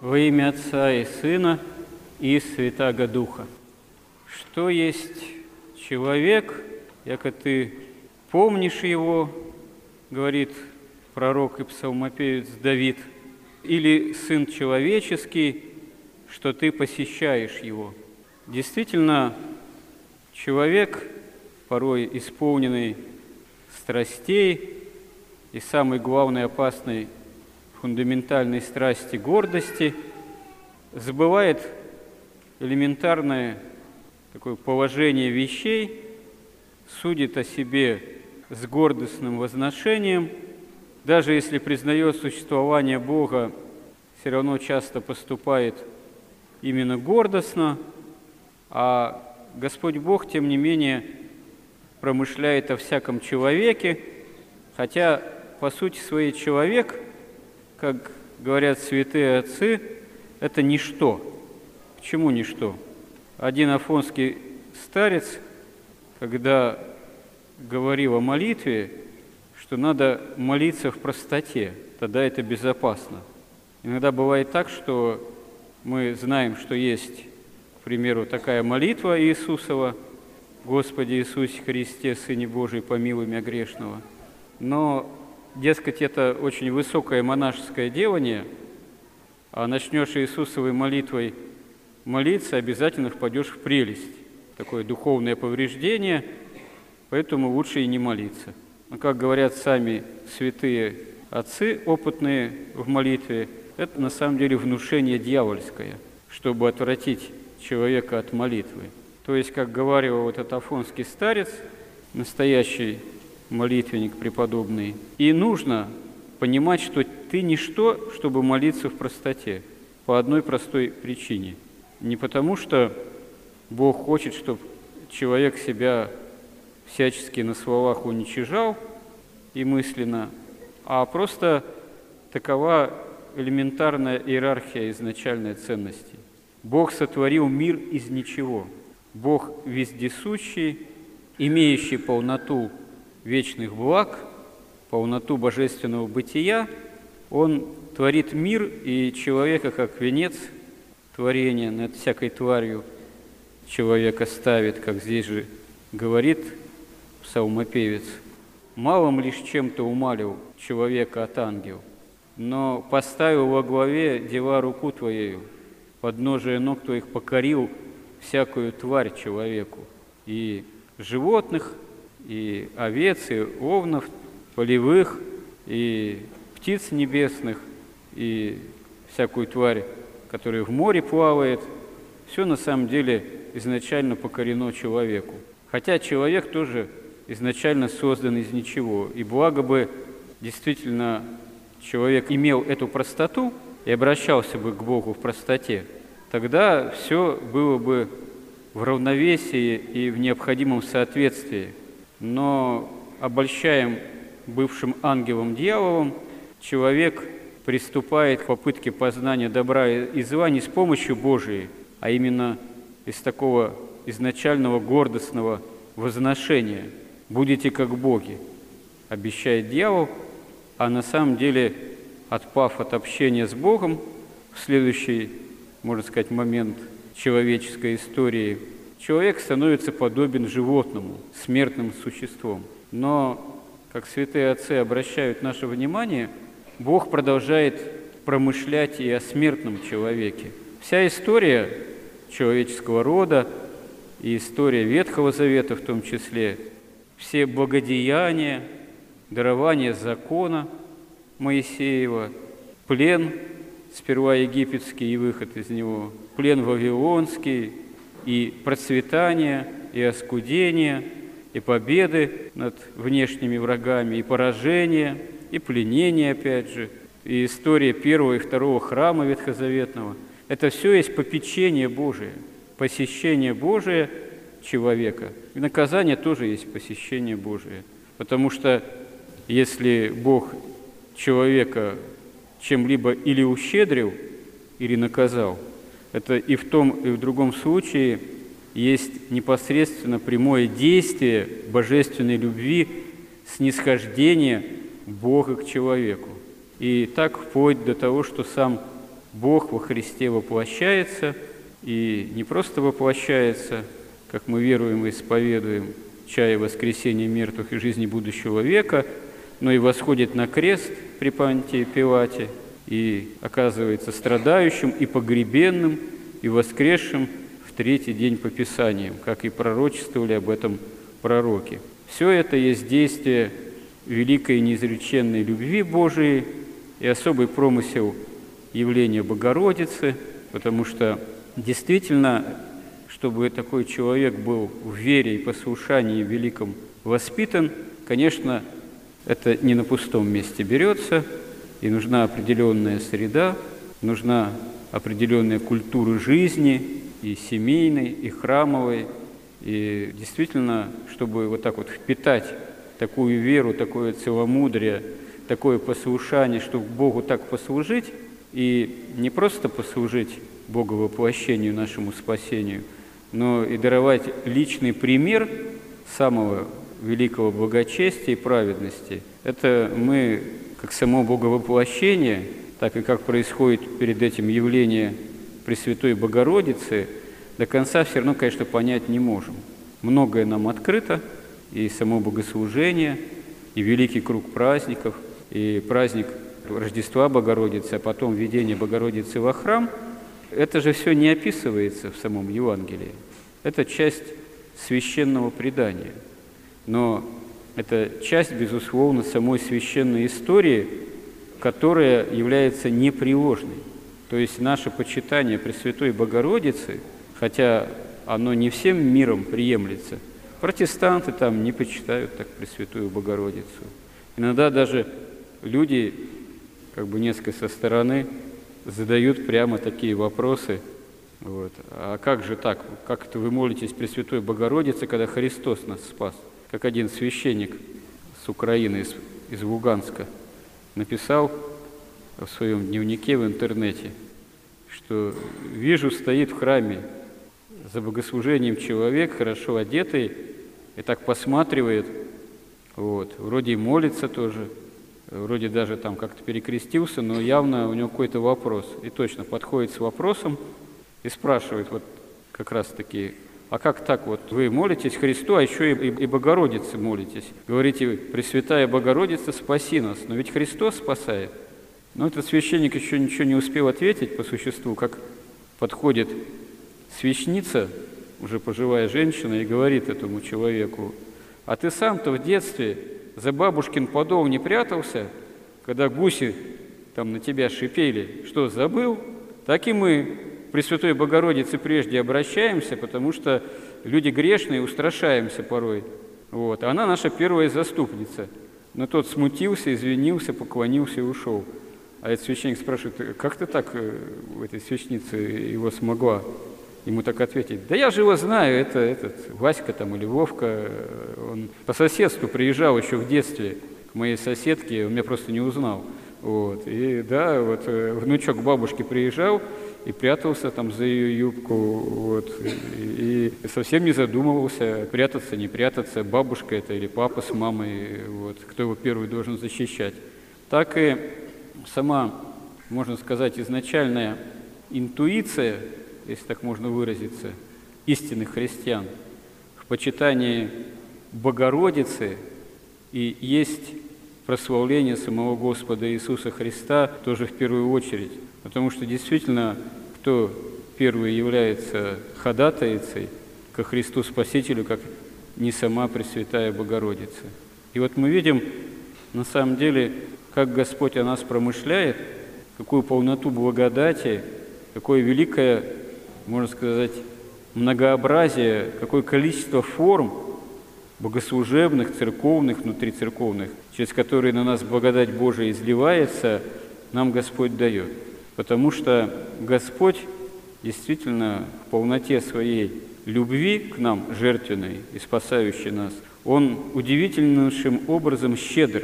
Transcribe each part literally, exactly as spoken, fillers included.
Во имя Отца и Сына и Святаго Духа. Что есть человек, яко ты помнишь его, говорит пророк и псалмопевец Давид, или сын человеческий, что ты посещаешь его. Действительно, человек, порой исполненный страстей и самой главной опасной фундаментальной страсти гордости, забывает элементарное такое положение вещей, судит о себе с гордостным возношением, даже если признает существование Бога, все равно часто поступает именно гордостно, а Господь Бог, тем не менее, промышляет о всяком человеке, хотя, по сути своей, человек, как говорят святые отцы, это ничто. Почему ничто? Один афонский старец, когда говорил о молитве, что надо молиться в простоте, тогда это безопасно. Иногда бывает так, что мы знаем, что есть, к примеру, такая молитва Иисусова: «Господи Иисусе Христе, Сыне Божий, помилуй меня грешного». Но, дескать, это очень высокое монашеское делание, а начнешь Иисусовой молитвой молиться, обязательно впадешь в прелесть, такое духовное повреждение, поэтому лучше и не молиться. Но, как говорят сами святые отцы, опытные в молитве, это на самом деле внушение дьявольское, чтобы отвратить человека от молитвы. То есть, как говорил вот этот афонский старец, настоящий молитвенник преподобный, и нужно понимать, что ты ничто, чтобы молиться в простоте, по одной простой причине. Не потому, что Бог хочет, чтобы человек себя всячески на словах уничижал и мысленно, а просто такова элементарная иерархия изначальной ценности. Бог сотворил мир из ничего. Бог вездесущий, имеющий полноту вечных благ, полноту божественного бытия, Он творит мир и человека как венец творения над всякой тварью человека ставит, как здесь же говорит псалмопевец: «Малым лишь чем-то умалил человека от ангел, но поставил во главе дела руку Твоею, подножие ног Твоих покорил всякую тварь человеку, и животных, и овец, и овнов полевых, и птиц небесных, и всякую тварь, которая в море плавает, все на самом деле изначально покорено человеку. Хотя человек тоже изначально создан из ничего, и благо бы действительно человек имел эту простоту и обращался бы к Богу в простоте, тогда все было бы в равновесии и в необходимом соответствии. Но обольщаем бывшим ангелом-дьяволом, человек приступает к попытке познания добра и зла не с помощью Божией, а именно из такого изначального гордостного возношения. «Будете как боги», обещает дьявол, а на самом деле, отпав от общения с Богом, в следующий, можно сказать, момент человеческой истории, человек становится подобен животному, смертным существом. Но, как святые отцы обращают наше внимание, Бог продолжает промышлять и о смертном человеке. Вся история человеческого рода и история Ветхого Завета в том числе, все благодеяния, дарование закона Моисеева, плен сперва египетский и выход из него, плен вавилонский, и процветание, и оскудение, и победы над внешними врагами, и поражение, и пленение, опять же, и история первого и второго храма ветхозаветного. Это все есть попечение Божие, посещение Божие человека. И наказание тоже есть посещение Божие. Потому что если Бог человека чем-либо или ущедрил, или наказал, это и в том, и в другом случае есть непосредственно прямое действие божественной любви, снисхождения Бога к человеку. И так вплоть до того, что сам Бог во Христе воплощается, и не просто воплощается, как мы веруем и исповедуем, чая воскресения мертвых и жизни будущего века, но и восходит на крест при Понтии Пилате, и оказывается страдающим и погребенным, и воскресшим в третий день по Писаниям, как и пророчествовали об этом пророки. Все это есть действие великой неизреченной любви Божией и особый промысел явления Богородицы, потому что действительно, чтобы такой человек был в вере и послушании великом воспитан, конечно, это не на пустом месте берется, и нужна определенная среда, нужна определенная культура жизни, и семейной, и храмовой, и действительно, чтобы вот так вот впитать такую веру, такое целомудрие, такое послушание, чтобы Богу так послужить, и не просто послужить Богу воплощению, нашему спасению, но и даровать личный пример самого великого благочестия и праведности. Это мы, как само Боговоплощение, так и как происходит перед этим явление Пресвятой Богородицы, до конца все равно, конечно, понять не можем. Многое нам открыто, и само богослужение, и великий круг праздников, и праздник Рождества Богородицы, а потом введение Богородицы во храм, это же все не описывается в самом Евангелии. Это часть священного предания. Но это часть, безусловно, самой священной истории, которая является непреложной. То есть наше почитание Пресвятой Богородицы, хотя оно не всем миром приемлется, протестанты там не почитают так Пресвятую Богородицу. Иногда даже люди, как бы несколько со стороны, задают прямо такие вопросы. Вот. А как же так? Как это вы молитесь Пресвятой Богородице, когда Христос нас спас? Как один священник с Украины, из, из Луганска, написал в своем дневнике в интернете, что «вижу, стоит в храме за богослужением человек, хорошо одетый, и так посматривает, вот, вроде и молится тоже, вроде даже там как-то перекрестился, но явно у него какой-то вопрос. И точно подходит с вопросом и спрашивает вот как раз-таки, а как так вот вы молитесь Христу, а еще и, и, и Богородице молитесь? Говорите, Пресвятая Богородица, спаси нас, но ведь Христос спасает. Но этот священник еще ничего не успел ответить по существу, как подходит священница, уже пожилая женщина, и говорит этому человеку, а ты сам-то в детстве за бабушкин подол не прятался, когда гуси там на тебя шипели, что, забыл? Так и мы к Пресвятой Богородице прежде обращаемся, потому что люди грешные, устрашаемся порой. Вот. А она наша первая заступница. Но тот смутился, извинился, поклонился и ушел. А этот священник спрашивает, как ты так, в этой священнице, его смогла? Ему так ответить, да я же его знаю, это этот Васька там или Вовка, он по соседству приезжал еще в детстве к моей соседке, он меня просто не узнал. Вот. И да, вот внучок бабушки приезжал и прятался там за ее юбку, вот, и, и совсем не задумывался, прятаться, не прятаться, бабушка это или папа с мамой, вот, кто его первый должен защищать. Так и сама, можно сказать, изначальная интуиция, если так можно выразиться, истинных христиан в почитании Богородицы и есть прославление самого Господа Иисуса Христа тоже в первую очередь. Потому что действительно, кто первый является ходатайцей ко Христу Спасителю, как не сама Пресвятая Богородица. И вот мы видим, на самом деле, как Господь о нас промышляет, какую полноту благодати, какое великое, можно сказать, многообразие, какое количество форм богослужебных, церковных, внутрицерковных, через которые на нас благодать Божия изливается, нам Господь дает. Потому что Господь действительно в полноте своей любви к нам, жертвенной и спасающей нас, Он удивительнейшим образом щедр.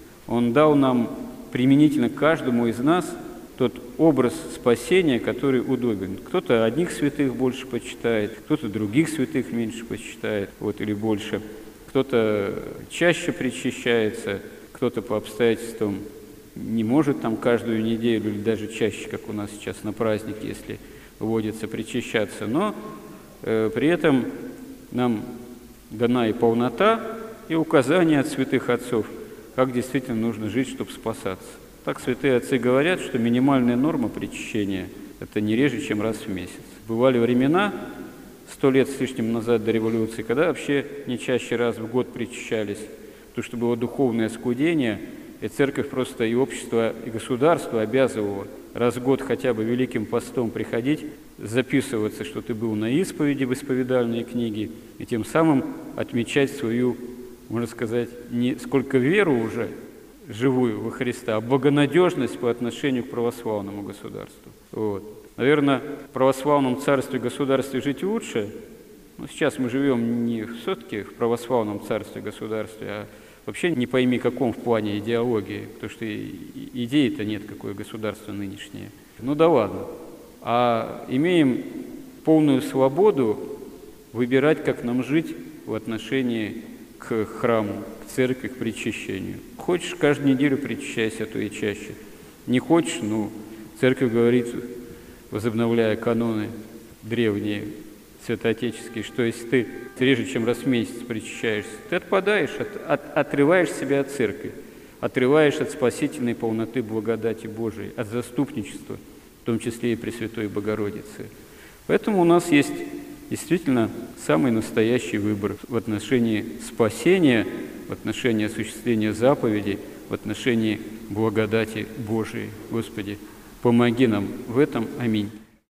Он дал нам применительно каждому из нас тот образ спасения, который удобен. Кто-то одних святых больше почитает, кто-то других святых меньше почитает, вот, или больше. Кто-то чаще причащается, кто-то по обстоятельствам не может там каждую неделю или даже чаще, как у нас сейчас на празднике, если вводится, причащаться, но э, при этом нам дана и полнота, и указания от святых отцов, как действительно нужно жить, чтобы спасаться. Так святые отцы говорят, что минимальная норма причащения – это не реже, чем раз в месяц. Бывали времена, сто лет с лишним назад до революции, когда вообще не чаще раз в год причащались, потому что было духовное оскудение, и церковь просто, и общество, и государство обязывало раз в год хотя бы великим постом приходить, записываться, что ты был на исповеди в исповедальной книге, и тем самым отмечать свою, можно сказать, не сколько веру уже живую во Христа, а благонадежность по отношению к православному государству. Вот. Наверное, в православном царстве государстве жить лучше, но сейчас мы живем не все-таки в православном царстве государстве, а вообще не пойми каком в плане идеологии, потому что идеи-то нет, какое государство нынешнее. Ну да ладно. А имеем полную свободу выбирать, как нам жить в отношении к храму, к церкви, к причащению. Хочешь, каждую неделю причащайся, а то и чаще. Не хочешь, ну, церковь говорит, возобновляя каноны древние, святоотеческие, что если ты реже, чем раз в месяц причащаешься, ты отпадаешь, от, от, отрываешь себя от церкви, отрываешь от спасительной полноты благодати Божией, от заступничества, в том числе и Пресвятой Богородицы. Поэтому у нас есть действительно самый настоящий выбор в отношении спасения, в отношении осуществления заповедей, в отношении благодати Божией. Господи, помоги нам в этом. Аминь.